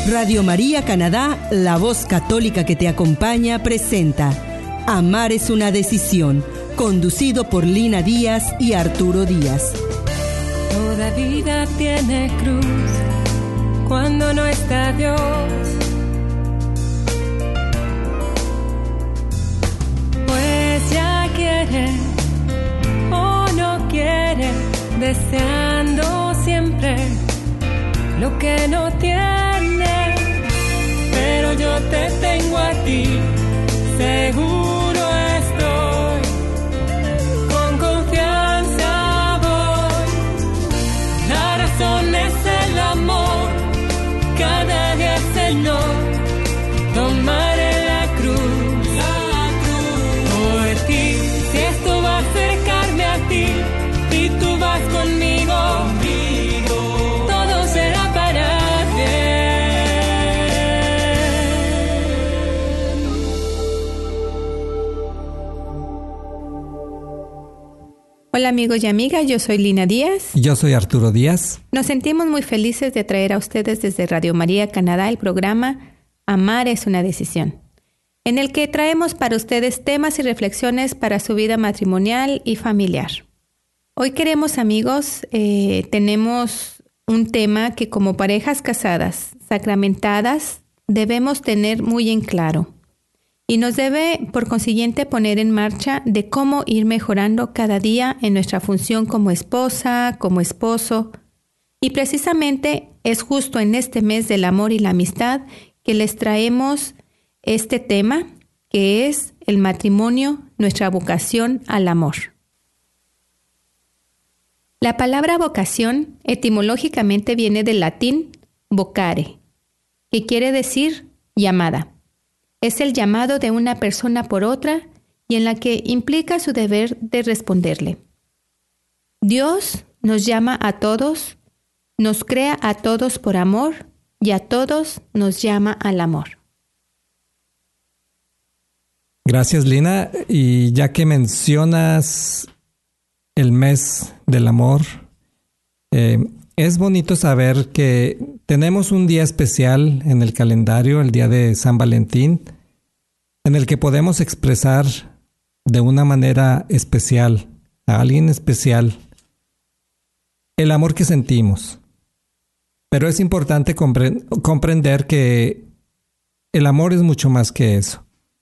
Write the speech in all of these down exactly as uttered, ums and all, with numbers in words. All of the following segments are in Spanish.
Radio María Canadá, la voz católica que te acompaña, presenta Amar es una decisión, conducido por Lina Díaz y Arturo Díaz. Toda vida tiene cruz cuando no está Dios. Pues ya quiere o no quiere, deseando siempre lo que no tiene. Pero yo te tengo a ti, seguro estoy, con confianza voy. La razón es el amor, cada día Señor, tomaré la cruz, la cruz por ti. Si esto va a acercarme a ti, y tú vas conmigo, conmigo, todo será para bien. Hola amigos y amigas, yo soy Lina Díaz. Yo soy Arturo Díaz. Nos sentimos muy felices de traer a ustedes desde Radio María Canadá el programa Amar es una decisión, en el que traemos para ustedes temas y reflexiones para su vida matrimonial y familiar. Hoy queremos, amigos, eh, tenemos un tema que como parejas casadas, sacramentadas, debemos tener muy en claro. Y nos debe, por consiguiente, poner en marcha de cómo ir mejorando cada día en nuestra función como esposa, como esposo. Y precisamente es justo en este mes del amor y la amistad que les traemos este tema, que es el matrimonio, nuestra vocación al amor. La palabra vocación etimológicamente viene del latín vocare, que quiere decir llamada. Es el llamado de una persona por otra y en la que implica su deber de responderle. Dios nos llama a todos, nos crea a todos por amor y a todos nos llama al amor. Gracias, Lina. Y ya que mencionas el mes del amor, eh, es bonito saber que tenemos un día especial en el calendario, el día de San Valentín, en el que podemos expresar de una manera especial a alguien especial el amor que sentimos. Pero es importante compre- comprender que el amor es mucho más que eso.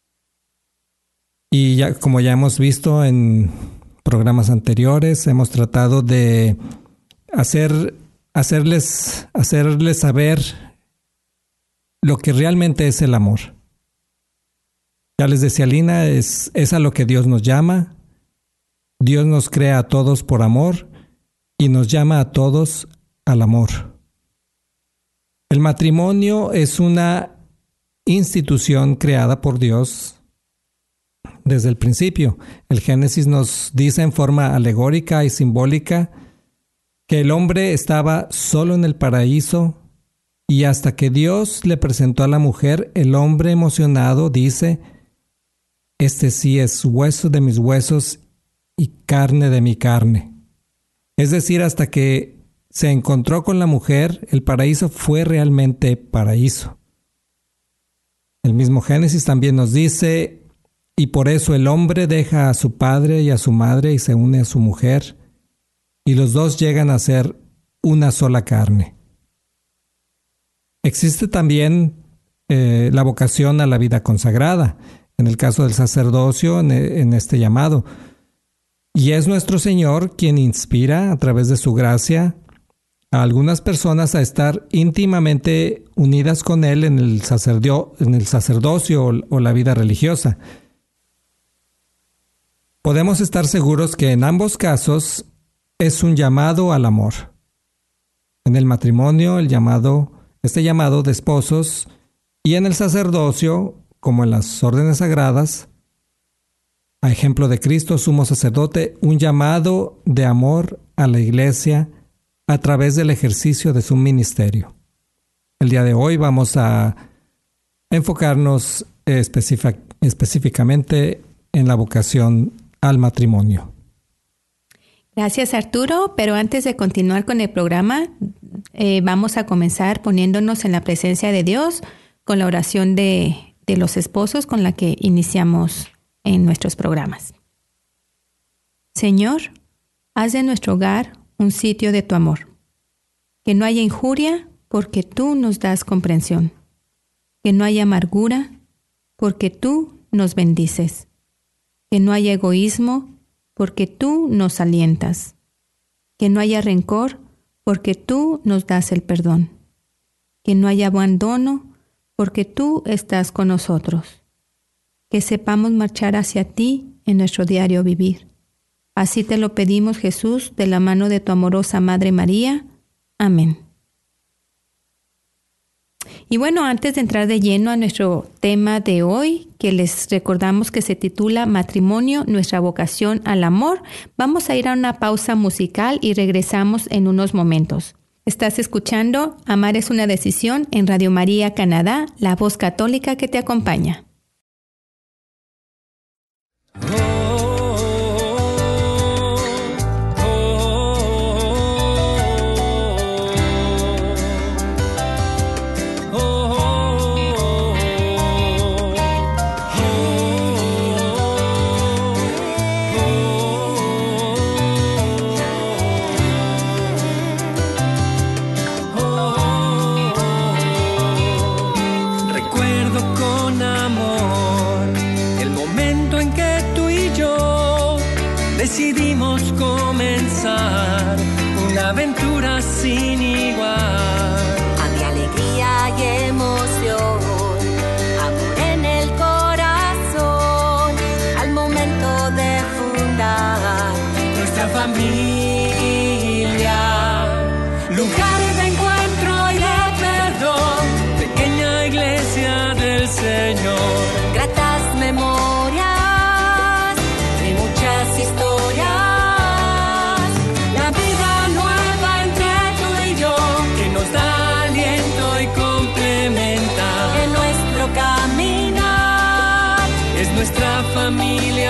Y ya, como ya hemos visto en programas anteriores, hemos tratado de hacer, hacerles, hacerles saber lo que realmente es el amor. Ya les decía Lina, es, es a lo que Dios nos llama. Dios nos crea a todos por amor y nos llama a todos al amor. El matrimonio es una institución creada por Dios desde el principio. El Génesis nos dice en forma alegórica y simbólica que el hombre estaba solo en el paraíso y hasta que Dios le presentó a la mujer, el hombre emocionado dice: este sí es hueso de mis huesos y carne de mi carne. Es decir, hasta que se encontró con la mujer, el paraíso fue realmente paraíso. El mismo Génesis también nos dice: y por eso el hombre deja a su padre y a su madre y se une a su mujer, y los dos llegan a ser una sola carne. Existe también eh, la vocación a la vida consagrada, en el caso del sacerdocio, en, en este llamado. Y es nuestro Señor quien inspira a través de su gracia a algunas personas a estar íntimamente unidas con Él en el, sacerdio, en el sacerdocio o, o la vida religiosa. Podemos estar seguros que en ambos casos es un llamado al amor. En el matrimonio, el llamado, este llamado de esposos, y en el sacerdocio, como en las órdenes sagradas, a ejemplo de Cristo, sumo sacerdote, un llamado de amor a la Iglesia a través del ejercicio de su ministerio. El día de hoy vamos a enfocarnos específic- específicamente en la vocación al matrimonio. Gracias, Arturo, pero antes de continuar con el programa, eh, vamos a comenzar poniéndonos en la presencia de Dios con la oración de, de los esposos con la que iniciamos en nuestros programas. Señor, haz de nuestro hogar un sitio de tu amor. Que no haya injuria, porque tú nos das comprensión. Que no haya amargura, porque tú nos bendices. Que no haya egoísmo, porque tú nos alientas. Que no haya rencor, porque tú nos das el perdón. Que no haya abandono, porque tú estás con nosotros. Que sepamos marchar hacia ti en nuestro diario vivir. Así te lo pedimos, Jesús, de la mano de tu amorosa Madre María. Amén. Y bueno, antes de entrar de lleno a nuestro tema de hoy, que les recordamos que se titula Matrimonio, nuestra vocación al amor, vamos a ir a una pausa musical y regresamos en unos momentos. Estás escuchando Amar es una decisión en Radio María Canadá, la voz católica que te acompaña. Decidimos comenzar una aventura sin igual. Había alegría y emoción, amor en el corazón, al momento de fundar nuestra familia. Lugar de encuentro y de perdón, pequeña iglesia del Señor. Gratas memorias y muchas historias. Nuestra familia.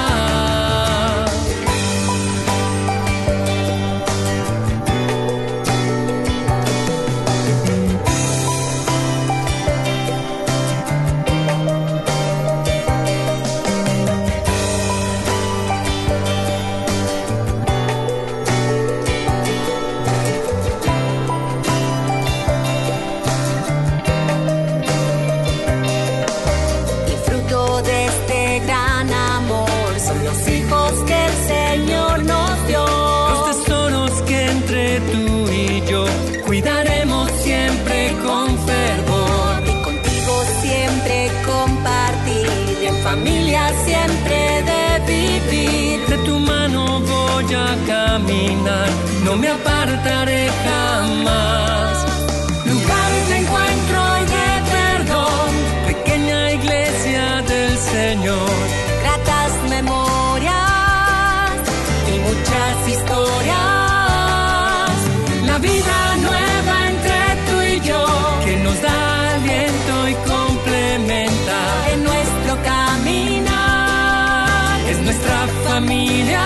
Cuidaremos siempre con fervor y contigo siempre compartir, en familia siempre de vivir. De tu mano voy a caminar, no me apartaré jamás. Lugar de encuentro y de perdón, pequeña iglesia del Señor. Gratas memorias y muchas historias. La vida nueva entre tú y yo, que nos da aliento y complementa en nuestro caminar. Es nuestra familia,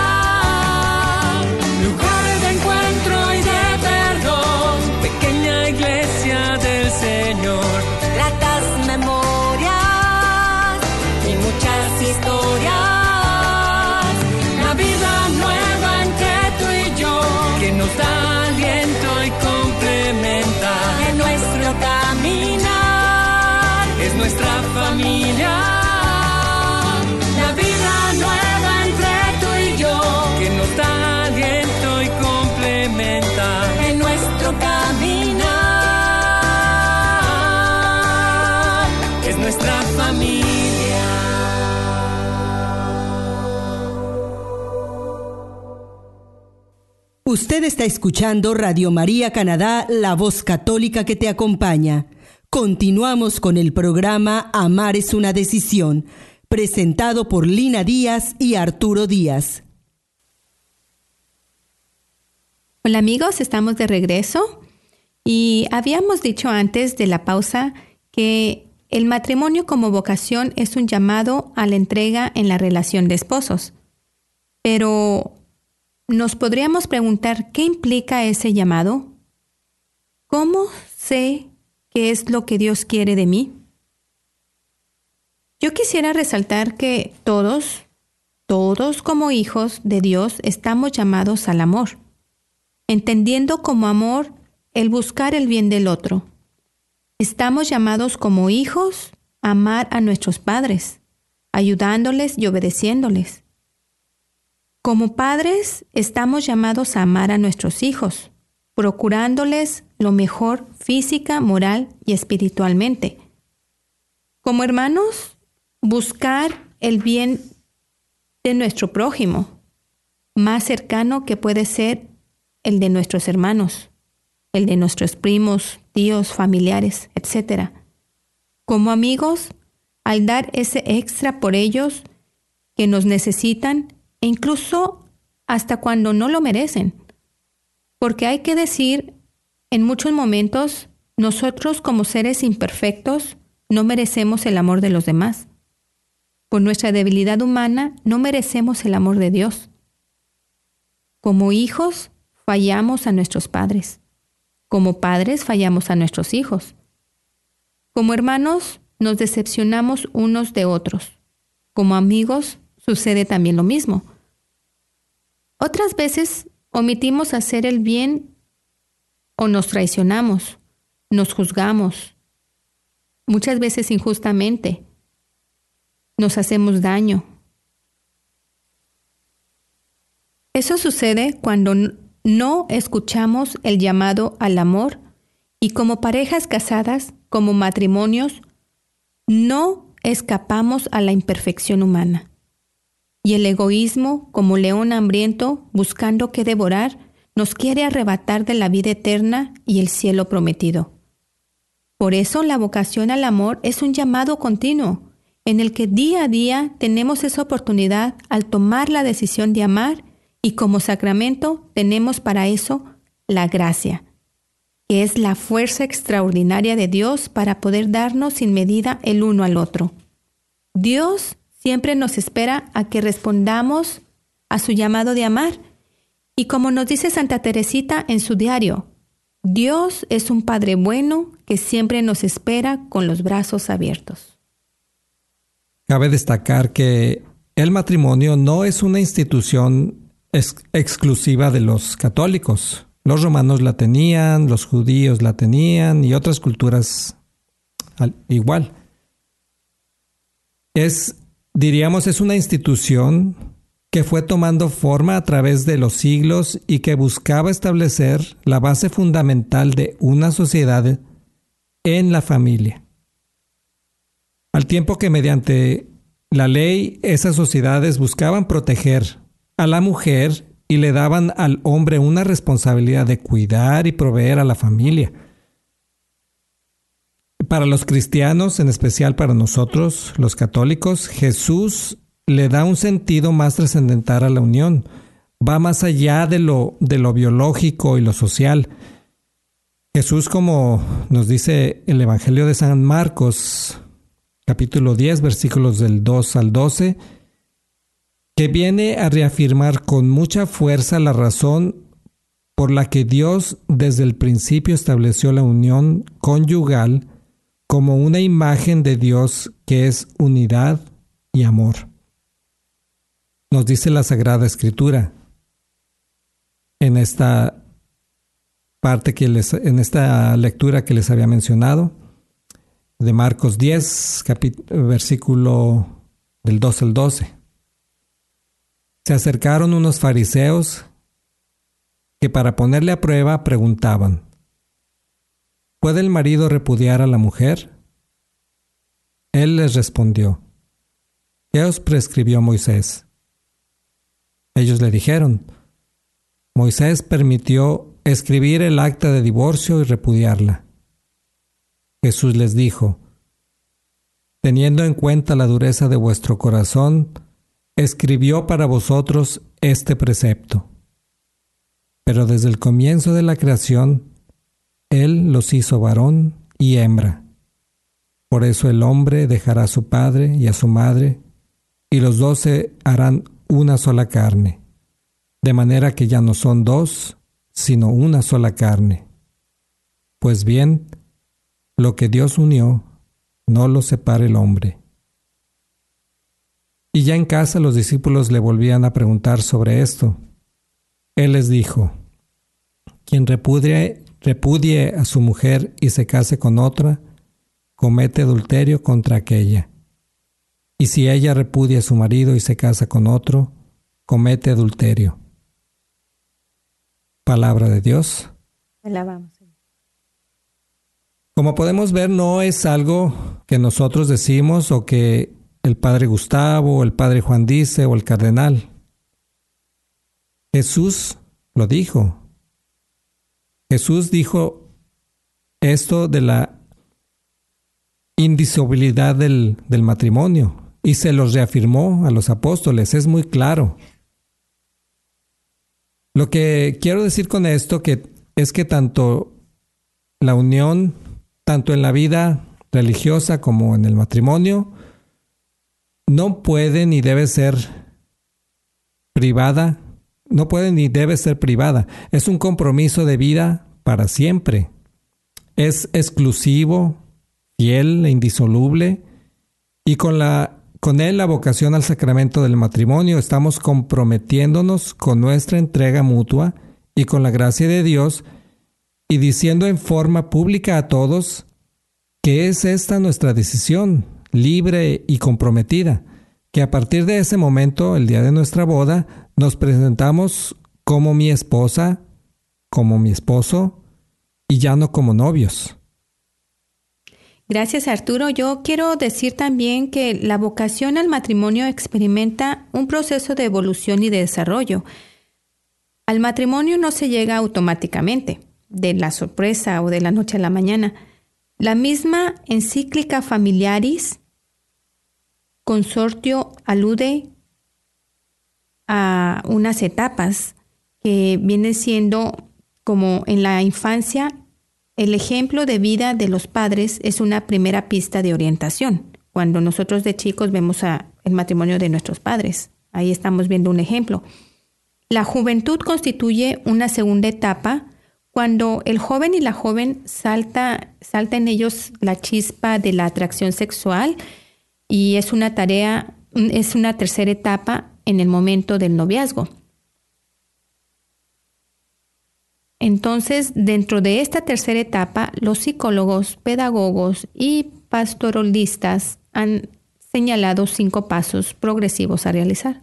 lugar de encuentro y de perdón, pequeña iglesia del Señor. Gratas memorias y muchas historias. La vida nueva entre tú y yo, que nos da aliento y complementa en nuestro caminar. Es nuestra familia, la vida nueva entre tú y yo, que nos da aliento y complementa en nuestro caminar. Es nuestra familia. Usted está escuchando Radio María Canadá, la voz católica que te acompaña. Continuamos con el programa Amar es una decisión, presentado por Lina Díaz y Arturo Díaz. Hola amigos, estamos de regreso y habíamos dicho antes de la pausa que el matrimonio como vocación es un llamado a la entrega en la relación de esposos. Pero nos podríamos preguntar, ¿qué implica ese llamado? ¿cómo sé qué es lo que Dios quiere de mí? Yo quisiera resaltar que todos, todos como hijos de Dios estamos llamados al amor, entendiendo como amor el buscar el bien del otro. Estamos llamados como hijos a amar a nuestros padres, ayudándoles y obedeciéndoles. Como padres, estamos llamados a amar a nuestros hijos, procurándoles lo mejor física, moral y espiritualmente. Como hermanos, buscar el bien de nuestro prójimo, más cercano que puede ser el de nuestros hermanos, el de nuestros primos, tíos, familiares, etcétera. Como amigos, al dar ese extra por ellos que nos necesitan, e incluso hasta cuando no lo merecen. Porque hay que decir, en muchos momentos, nosotros como seres imperfectos no merecemos el amor de los demás. Por nuestra debilidad humana no merecemos el amor de Dios. Como hijos, fallamos a nuestros padres. Como padres, fallamos a nuestros hijos. Como hermanos, nos decepcionamos unos de otros. Como amigos, sucede también lo mismo. Otras veces omitimos hacer el bien o nos traicionamos, nos juzgamos, muchas veces injustamente, nos hacemos daño. Eso sucede cuando no escuchamos el llamado al amor y como parejas casadas, como matrimonios, no escapamos a la imperfección humana. Y el egoísmo, como león hambriento, buscando qué devorar, nos quiere arrebatar de la vida eterna y el cielo prometido. Por eso la vocación al amor es un llamado continuo, en el que día a día tenemos esa oportunidad al tomar la decisión de amar y como sacramento tenemos para eso la gracia, que es la fuerza extraordinaria de Dios para poder darnos sin medida el uno al otro. Dios siempre nos espera a que respondamos a su llamado de amar. Y como nos dice Santa Teresita en su diario, Dios es un Padre bueno que siempre nos espera con los brazos abiertos. Cabe destacar que el matrimonio no es una institución ex- exclusiva de los católicos. Los romanos la tenían, los judíos la tenían y otras culturas al, igual. Es, diríamos, es una institución que fue tomando forma a través de los siglos y que buscaba establecer la base fundamental de una sociedad en la familia. Al tiempo que mediante la ley esas sociedades buscaban proteger a la mujer y le daban al hombre una responsabilidad de cuidar y proveer a la familia. Para los cristianos, en especial para nosotros, los católicos, Jesús le da un sentido más trascendental a la unión. Va más allá de lo, de lo biológico y lo social. Jesús, como nos dice el Evangelio de San Marcos, capítulo diez, versículos del dos al doce, que viene a reafirmar con mucha fuerza la razón por la que Dios desde el principio estableció la unión conyugal como una imagen de Dios que es unidad y amor. Nos dice la Sagrada Escritura en esta parte que les, en esta lectura que les había mencionado, de Marcos diez, capit- versículo del dos al doce. Se acercaron unos fariseos que para ponerle a prueba preguntaban: ¿puede el marido repudiar a la mujer? Él les respondió: ¿qué os prescribió Moisés? Ellos le dijeron: Moisés permitió escribir el acta de divorcio y repudiarla. Jesús les dijo: teniendo en cuenta la dureza de vuestro corazón, escribió para vosotros este precepto. Pero desde el comienzo de la creación, Él los hizo varón y hembra. Por eso el hombre dejará a su padre y a su madre, y los dos se harán una sola carne, de manera que ya no son dos, sino una sola carne. Pues bien, lo que Dios unió, no lo separe el hombre. Y ya en casa los discípulos le volvían a preguntar sobre esto. Él les dijo: quien repudie, repudie a su mujer y se case con otra, comete adulterio contra aquella. Y si ella repudia a su marido y se casa con otro, comete adulterio. Palabra de Dios. Alabamos. Como podemos ver, no es algo que nosotros decimos o que el padre Gustavo o el padre Juan dice o el cardenal. Jesús lo dijo. Jesús dijo esto de la indisolubilidad del, del matrimonio y se los reafirmó a los apóstoles. Es muy claro. Lo que quiero decir con esto que es que tanto la unión, tanto en la vida religiosa como en el matrimonio, no puede ni debe ser privada, no puede ni debe ser privada. Es un compromiso de vida para siempre. Es exclusivo, fiel e indisoluble, y con la con él la vocación al sacramento del matrimonio estamos comprometiéndonos con nuestra entrega mutua y con la gracia de Dios, y diciendo en forma pública a todos que es esta nuestra decisión, libre y comprometida, que a partir de ese momento, el día de nuestra boda, nos presentamos como mi esposa, como mi esposo, y ya no como novios. Gracias, Arturo. Yo quiero decir también que la vocación al matrimonio experimenta un proceso de evolución y de desarrollo. Al matrimonio no se llega automáticamente, de la sorpresa o de la noche a la mañana. La misma encíclica Familiaris Consortio alude a unas etapas que vienen siendo como en la infancia. El ejemplo de vida de los padres es una primera pista de orientación. Cuando nosotros de chicos vemos a el matrimonio de nuestros padres, ahí estamos viendo un ejemplo. La juventud constituye una segunda etapa cuando el joven y la joven salta, salta en ellos la chispa de la atracción sexual, y es una tarea, es una tercera etapa en el momento del noviazgo. Entonces, dentro de esta tercera etapa, los psicólogos, pedagogos y pastoralistas han señalado cinco pasos progresivos a realizar.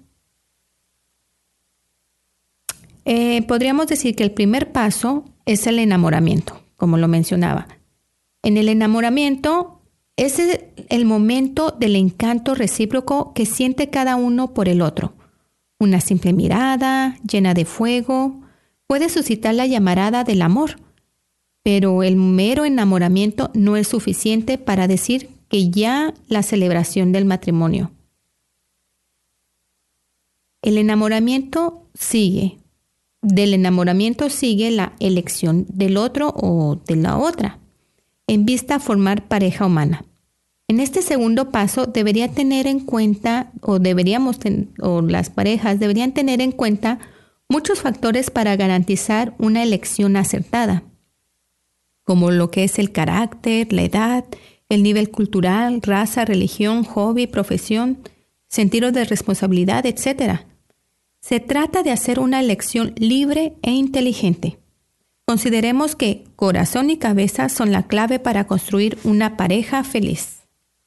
Eh, podríamos decir que el primer paso es el enamoramiento, como lo mencionaba. En el enamoramiento es el momento del encanto recíproco que siente cada uno por el otro. Una simple mirada llena de fuego puede suscitar la llamarada del amor, pero el mero enamoramiento no es suficiente para decir que ya la celebración del matrimonio. El enamoramiento sigue. Del enamoramiento sigue la elección del otro o de la otra, en vista a formar pareja humana. En este segundo paso debería tener en cuenta, o deberíamos, ten, o las parejas deberían tener en cuenta muchos factores para garantizar una elección acertada, como lo que es el carácter, la edad, el nivel cultural, raza, religión, hobby, profesión, sentido de responsabilidad, etcétera. Se trata de hacer una elección libre e inteligente. Consideremos que corazón y cabeza son la clave para construir una pareja feliz.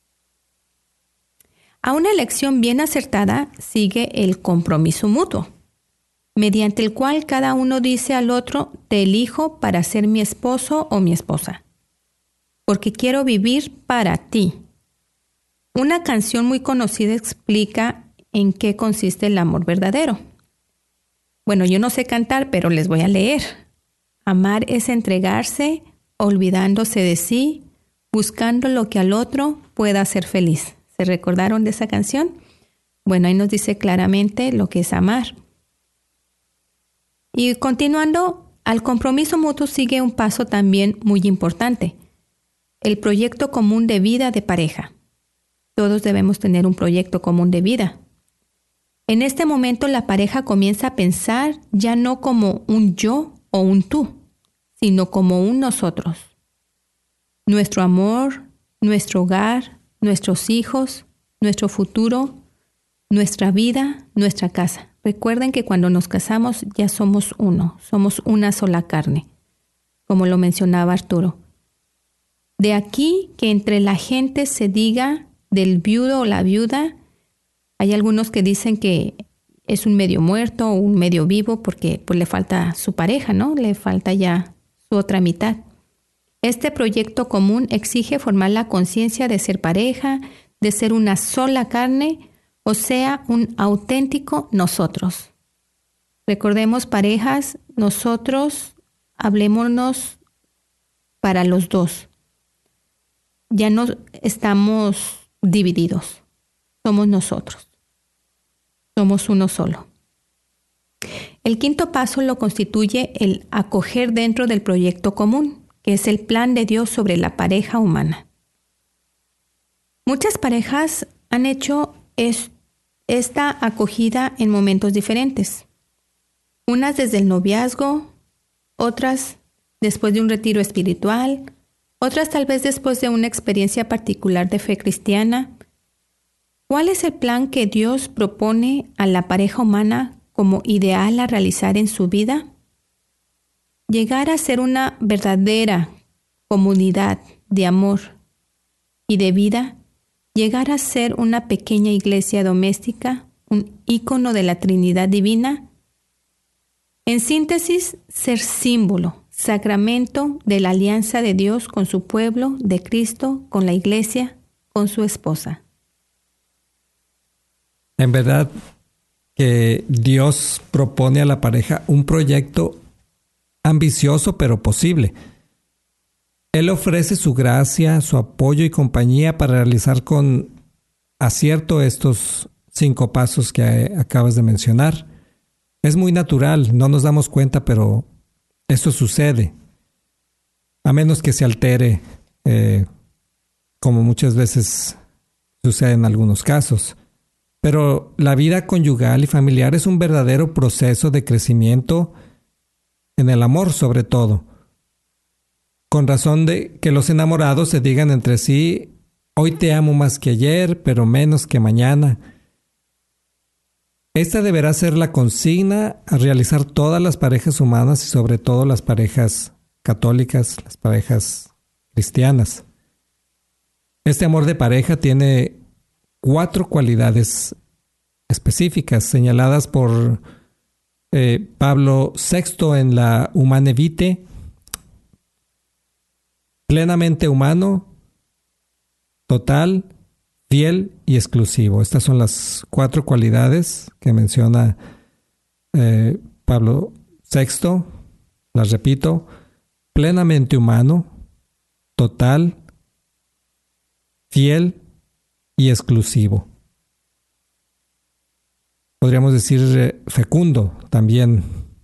A una elección bien acertada sigue el compromiso mutuo, mediante el cual cada uno dice al otro: te elijo para ser mi esposo o mi esposa, porque quiero vivir para ti. Una canción muy conocida explica en qué consiste el amor verdadero. Bueno, yo no sé cantar, pero les voy a leer. Amar es entregarse, olvidándose de sí, buscando lo que al otro pueda hacer feliz. ¿Se recordaron de esa canción? Bueno, ahí nos dice claramente lo que es amar. Y continuando, al compromiso mutuo sigue un paso también muy importante: el proyecto común de vida de pareja. Todos debemos tener un proyecto común de vida. En este momento la pareja comienza a pensar ya no como un yo o un tú, sino como un nosotros. nuestro amor, nuestro hogar, nuestros hijos, nuestro futuro, nuestra vida, nuestra casa. Recuerden que cuando nos casamos ya somos uno, somos una sola carne, como lo mencionaba Arturo. De aquí que entre la gente se diga del viudo o la viuda, hay algunos que dicen que es un medio muerto o un medio vivo porque pues, le falta su pareja, ¿no? Le falta ya su otra mitad. Este proyecto común exige formar la conciencia de ser pareja, de ser una sola carne, o sea, un auténtico nosotros. Recordemos, parejas, nosotros, hablémonos para los dos. Ya no estamos divididos, somos nosotros, somos uno solo. El quinto paso lo constituye el acoger dentro del proyecto común, que es el plan de Dios sobre la pareja humana. Muchas parejas han hecho es, esta acogida en momentos diferentes. Unas desde el noviazgo, otras después de un retiro espiritual, otras tal vez después de una experiencia particular de fe cristiana. ¿Cuál es el plan que Dios propone a la pareja humana como ideal a realizar en su vida? Llegar a ser una verdadera comunidad de amor y de vida, llegar a ser una pequeña iglesia doméstica, un ícono de la Trinidad Divina. En síntesis, ser símbolo, sacramento de la alianza de Dios con su pueblo, de Cristo, con la iglesia, con su esposa. En verdad que Dios propone a la pareja un proyecto ambicioso pero posible. Él ofrece su gracia, su apoyo y compañía para realizar con acierto estos cinco pasos que acabas de mencionar. Es muy natural, no nos damos cuenta, pero eso sucede. A menos que se altere, eh, como muchas veces sucede en algunos casos. Pero la vida conyugal y familiar es un verdadero proceso de crecimiento en el amor, sobre todo. Con razón de que los enamorados se digan entre sí, hoy te amo más que ayer, pero menos que mañana. Esta deberá ser la consigna a realizar todas las parejas humanas y sobre todo las parejas católicas, las parejas cristianas. Este amor de pareja tiene cuatro cualidades específicas señaladas por eh, Pablo sexto en la Humane Vitae: plenamente humano, total, fiel y exclusivo. Estas son las cuatro cualidades que menciona eh, Pablo sexto. Las repito: plenamente humano, total, fiel y exclusivo. Podríamos decir eh, fecundo también.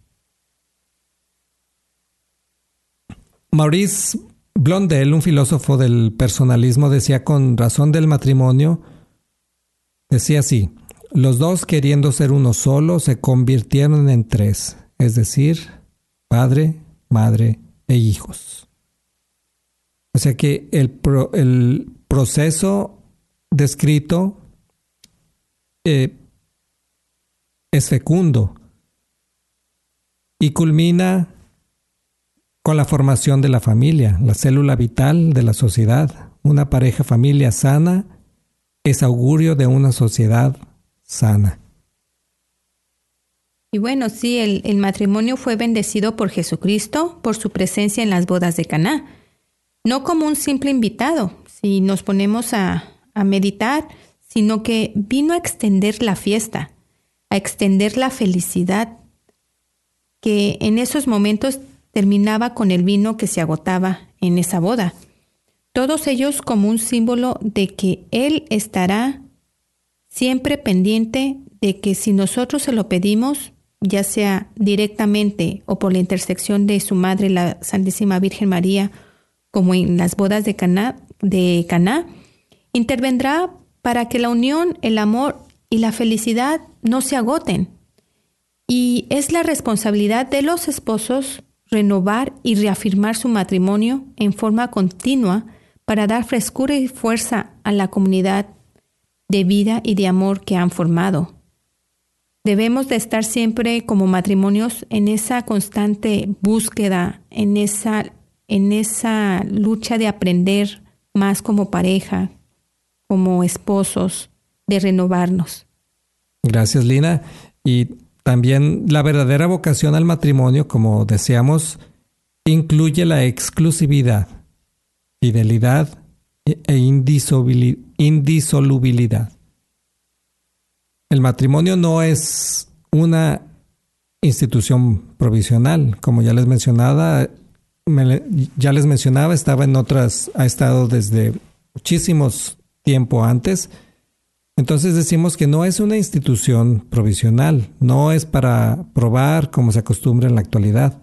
Maurice Blondel, un filósofo del personalismo, decía con razón del matrimonio, decía así: los dos, queriendo ser uno solo, se convirtieron en tres, es decir, padre, madre e hijos. O sea que el, pro, el proceso descrito eh, es fecundo y culmina con la formación de la familia, la célula vital de la sociedad. Una pareja familia sana es augurio de una sociedad sana. Y bueno, sí, el, el matrimonio fue bendecido por Jesucristo por su presencia en las bodas de Caná. No como un simple invitado, si nos ponemos a, a meditar, sino que vino a extender la fiesta, a extender la felicidad, que en esos momentos terminaba con el vino que se agotaba en esa boda. Todos ellos como un símbolo de que Él estará siempre pendiente de que si nosotros se lo pedimos, ya sea directamente o por la intersección de su madre, la Santísima Virgen María, como en las bodas de Caná, de Caná, intervendrá para que la unión, el amor y la felicidad no se agoten. Y es la responsabilidad de los esposos renovar y reafirmar su matrimonio en forma continua para dar frescura y fuerza a la comunidad de vida y de amor que han formado. Debemos de estar siempre como matrimonios en esa constante búsqueda, en esa, en esa lucha de aprender más como pareja, como esposos, de renovarnos. Gracias, Lina. Y también la verdadera vocación al matrimonio, como decíamos, incluye la exclusividad, fidelidad e indisolubilidad. El matrimonio no es una institución provisional, como ya les mencionaba, me, ya les mencionaba, estaba en otras, ha estado desde muchísimos tiempo antes. Entonces decimos que no es una institución provisional, no es para probar como se acostumbra en la actualidad.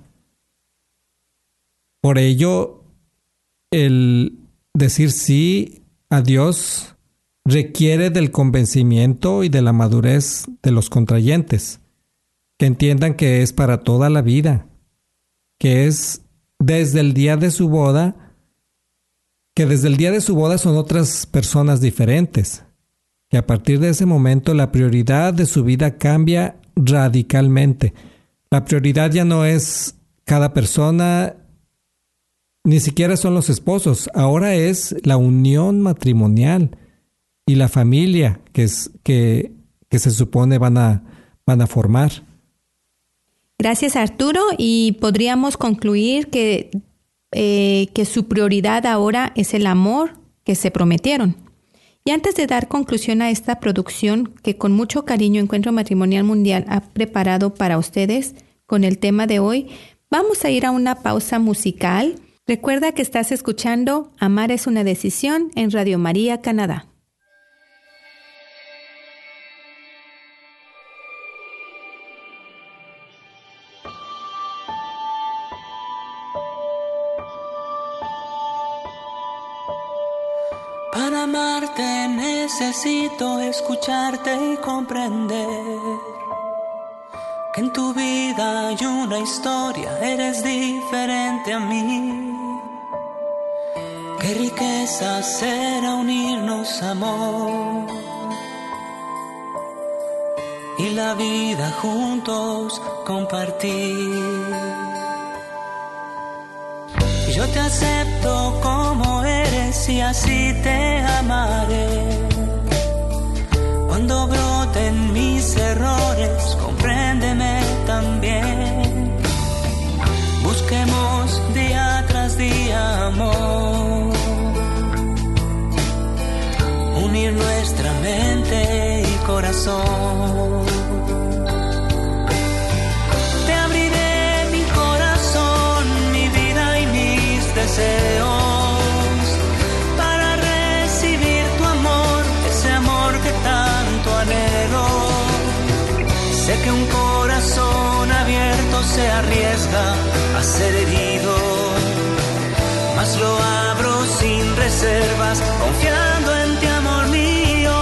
Por ello, el decir sí a Dios requiere del convencimiento y de la madurez de los contrayentes, que entiendan que es para toda la vida, que es desde el día de su boda, que desde el día de su boda son otras personas diferentes, que a partir de ese momento la prioridad de su vida cambia radicalmente. La prioridad ya no es cada persona, ni siquiera son los esposos, ahora es la unión matrimonial y la familia que, es, que, que se supone van a, van a formar. Gracias, Arturo, y podríamos concluir que, eh, que su prioridad ahora es el amor que se prometieron. Y antes de dar conclusión a esta producción que con mucho cariño Encuentro Matrimonial Mundial ha preparado para ustedes con el tema de hoy, vamos a ir a una pausa musical. Recuerda que estás escuchando Amar es una decisión en Radio María, Canadá. Para amarte necesito escucharte y comprender que en tu vida hay una historia, eres diferente a mí. Qué riqueza será unirnos, amor, y la vida juntos compartir. Yo te acepto como eres y así te amaré. Cuando broten mis errores, compréndeme también. Busquemos día tras día amor, unir nuestra mente y corazón. Te abriré mi corazón, mi vida y mis deseos para recibir tu amor, ese amor que tanto anhelo. Sé que un corazón abierto se arriesga a ser herido, mas lo abro sin reservas, confiando en ti, amor mío.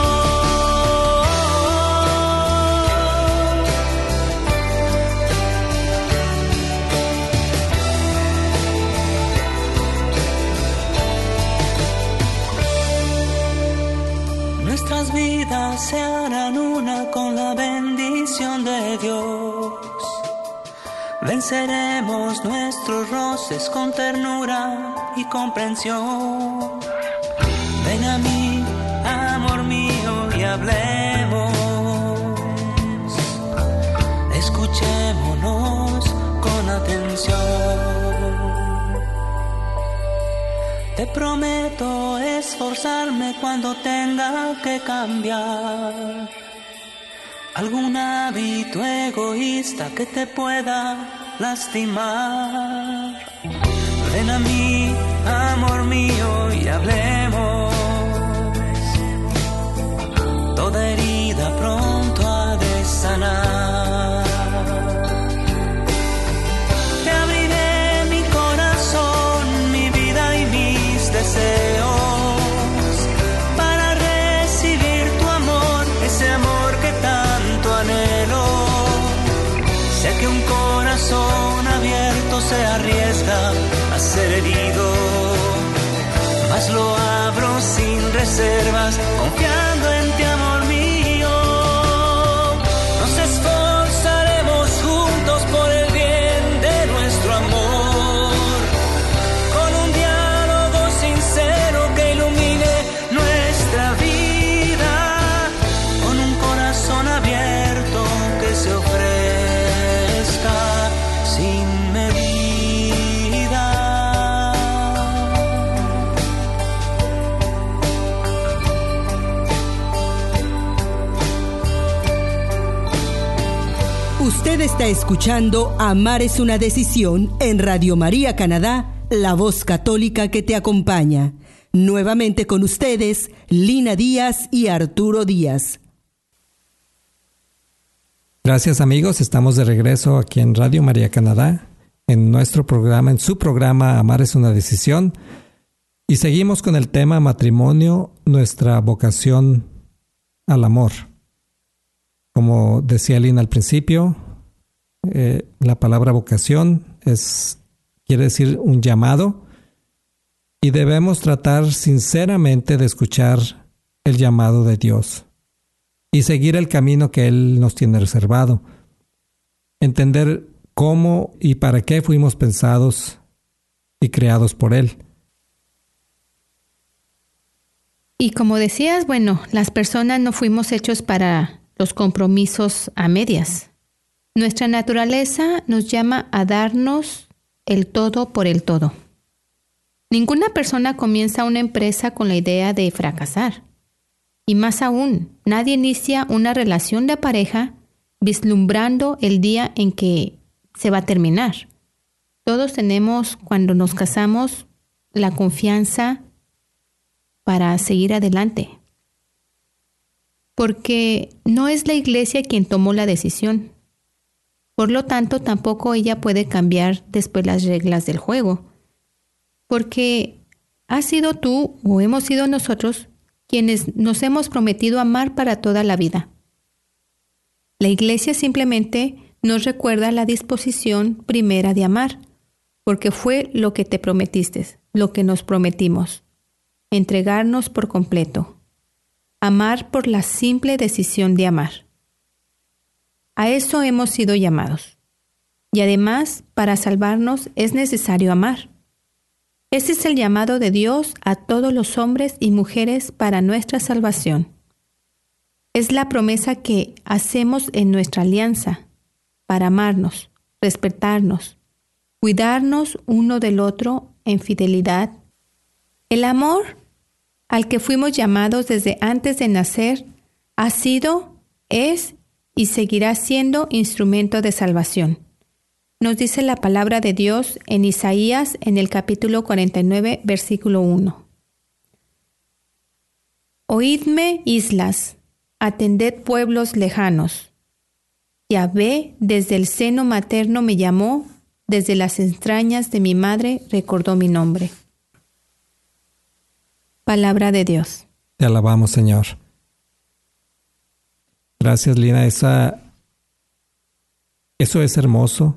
Nuestras vidas se harán una con la bendición de Dios. Venceremos nuestros roces con ternura y comprensión. Ven a mí, amor mío, y hablemos. Escuchémonos con atención. Te prometo esforzarme cuando tenga que cambiar algún hábito egoísta que te pueda lastimar. Ven a mí, amor mío, y hablemos. Toda herida pronto ha de sanar. Te abriré mi corazón, mi vida y mis deseos para recibir tu amor, ese amor que anhelo. Sé que un corazón abierto se arriesga ser herido, mas lo abro sin reservas, confiando en ti, amor mío. Nos esforzaremos juntos por el bien de nuestro amor, con un diálogo sincero que ilumine nuestra vida, con un corazón abierto que se ofrezca sin medida. Usted está escuchando Amar es una decisión en Radio María Canadá, la voz católica que te acompaña. Nuevamente con ustedes, Lina Díaz y Arturo Díaz. Gracias, amigos, estamos de regreso aquí en Radio María Canadá, en nuestro programa, en su programa Amar es una decisión, y seguimos con el tema matrimonio, nuestra vocación al amor. Como decía Lina al principio, eh, la palabra vocación es, quiere decir un llamado, y debemos tratar sinceramente de escuchar el llamado de Dios y seguir el camino que Él nos tiene reservado. Entender cómo y para qué fuimos pensados y creados por Él. Y como decías, bueno, las personas no fuimos hechos para los compromisos a medias. Nuestra naturaleza nos llama a darnos el todo por el todo. Ninguna persona comienza una empresa con la idea de fracasar. Y más aún, nadie inicia una relación de pareja vislumbrando el día en que se va a terminar. Todos tenemos, cuando nos casamos, la confianza para seguir adelante. Porque no es la iglesia quien tomó la decisión. Por lo tanto, tampoco ella puede cambiar después las reglas del juego. Porque has sido tú o hemos sido nosotros quienes nos hemos prometido amar para toda la vida. La iglesia simplemente nos recuerda la disposición primera de amar, porque fue lo que te prometiste, lo que nos prometimos, entregarnos por completo, amar por la simple decisión de amar. A eso hemos sido llamados. Y además, para salvarnos es necesario amar. Ese es el llamado de Dios a todos los hombres y mujeres para nuestra salvación. Es la promesa que hacemos en nuestra alianza para amarnos, respetarnos, cuidarnos uno del otro en fidelidad. El amor al que fuimos llamados desde antes de nacer ha sido, es y seguirá siendo instrumento de salvación. Nos dice la palabra de Dios en Isaías en el capítulo cuarenta y nueve, versículo uno. Oídme, islas, atended pueblos lejanos. Yahvé desde el seno materno me llamó, desde las entrañas de mi madre recordó mi nombre. Palabra de Dios. Te alabamos, Señor. Gracias, Lina. Esa, eso es hermoso.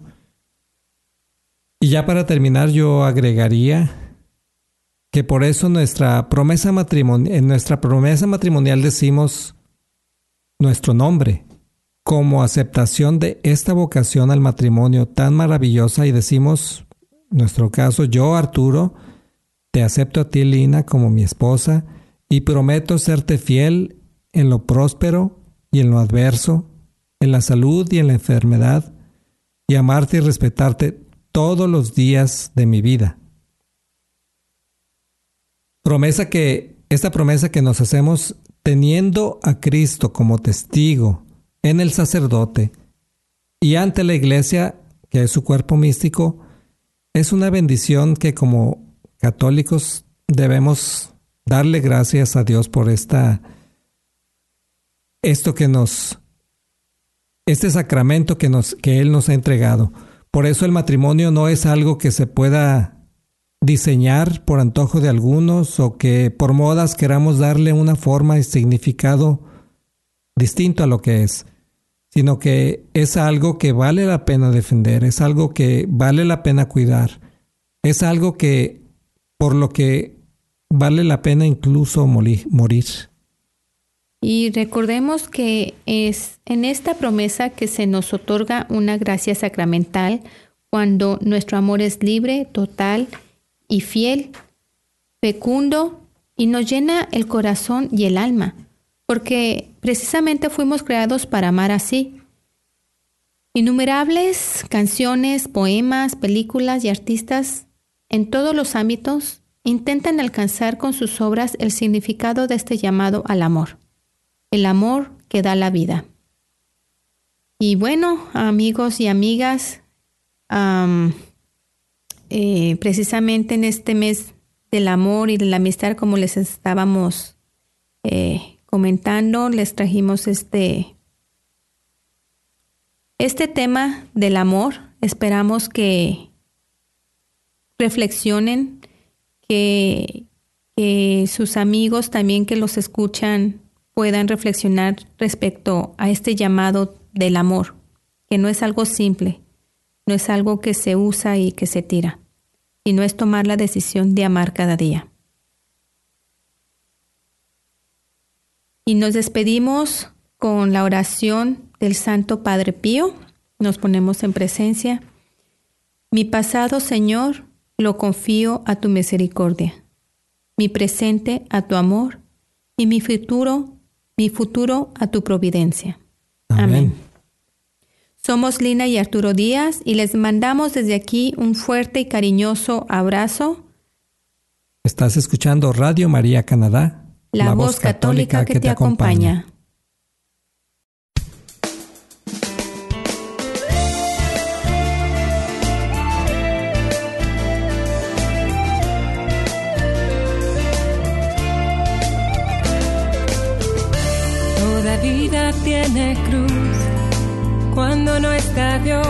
Y ya para terminar, yo agregaría que por eso nuestra promesa matrimonial, en nuestra promesa matrimonial decimos nuestro nombre, como aceptación de esta vocación al matrimonio tan maravillosa, y decimos, en nuestro caso, yo, Arturo, te acepto a ti, Lina, como mi esposa, y prometo serte fiel en lo próspero y en lo adverso, en la salud y en la enfermedad, y amarte y respetarte todos los días de mi vida. Promesa que, esta promesa que nos hacemos teniendo a Cristo como testigo en el sacerdote y ante la iglesia, que es su cuerpo místico, es una bendición que como católicos debemos darle gracias a Dios por esta, esto que nos, este sacramento que nos, que Él nos ha entregado. Por eso el matrimonio no es algo que se pueda diseñar por antojo de algunos o que por modas queramos darle una forma y significado distinto a lo que es, sino que es algo que vale la pena defender, es algo que vale la pena cuidar, es algo que por lo que vale la pena incluso morir. Y recordemos que es en esta promesa que se nos otorga una gracia sacramental cuando nuestro amor es libre, total y fiel, fecundo y nos llena el corazón y el alma, porque precisamente fuimos creados para amar así. Innumerables canciones, poemas, películas y artistas en todos los ámbitos intentan alcanzar con sus obras el significado de este llamado al amor, el amor que da la vida. Y bueno, amigos y amigas, um, eh, precisamente en este mes del amor y de la amistad, como les estábamos eh, comentando, les trajimos este, este tema del amor. Esperamos que reflexionen, que, que sus amigos también que los escuchan puedan reflexionar respecto a este llamado del amor, que no es algo simple, no es algo que se usa y que se tira, sino es tomar la decisión de amar cada día. Y nos despedimos con la oración del Santo Padre Pío. Nos ponemos en presencia. Mi pasado, Señor, lo confío a tu misericordia, mi presente a tu amor y mi futuro, mi futuro a tu providencia. Amén. Amén. Somos Lina y Arturo Díaz y les mandamos desde aquí un fuerte y cariñoso abrazo. Estás escuchando Radio María Canadá, la, la voz católica, católica que, que te acompaña. acompaña. Toda vida tiene cruz cuando no está Dios.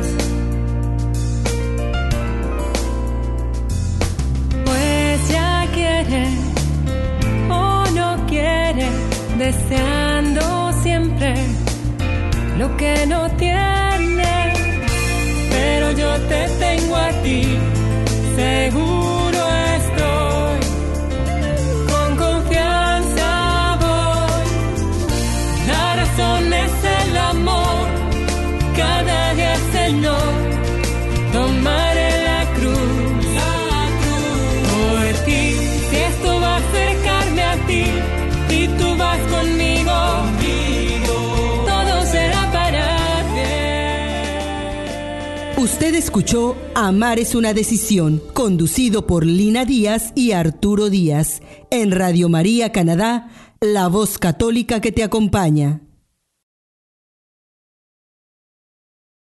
Pues ya quiere o no quiere, deseando siempre lo que no tiene. Pero yo te tengo a ti, seguro estoy, con confianza voy. La razón es el amor. Cada día, Señor, tomaré la cruz, la cruz por ti. Si esto va a acercarme a ti y tú vas conmigo, conmigo, todo será para bien. Usted escuchó Amar es una decisión, conducido por Lina Díaz y Arturo Díaz, en Radio María Canadá, la voz católica que te acompaña.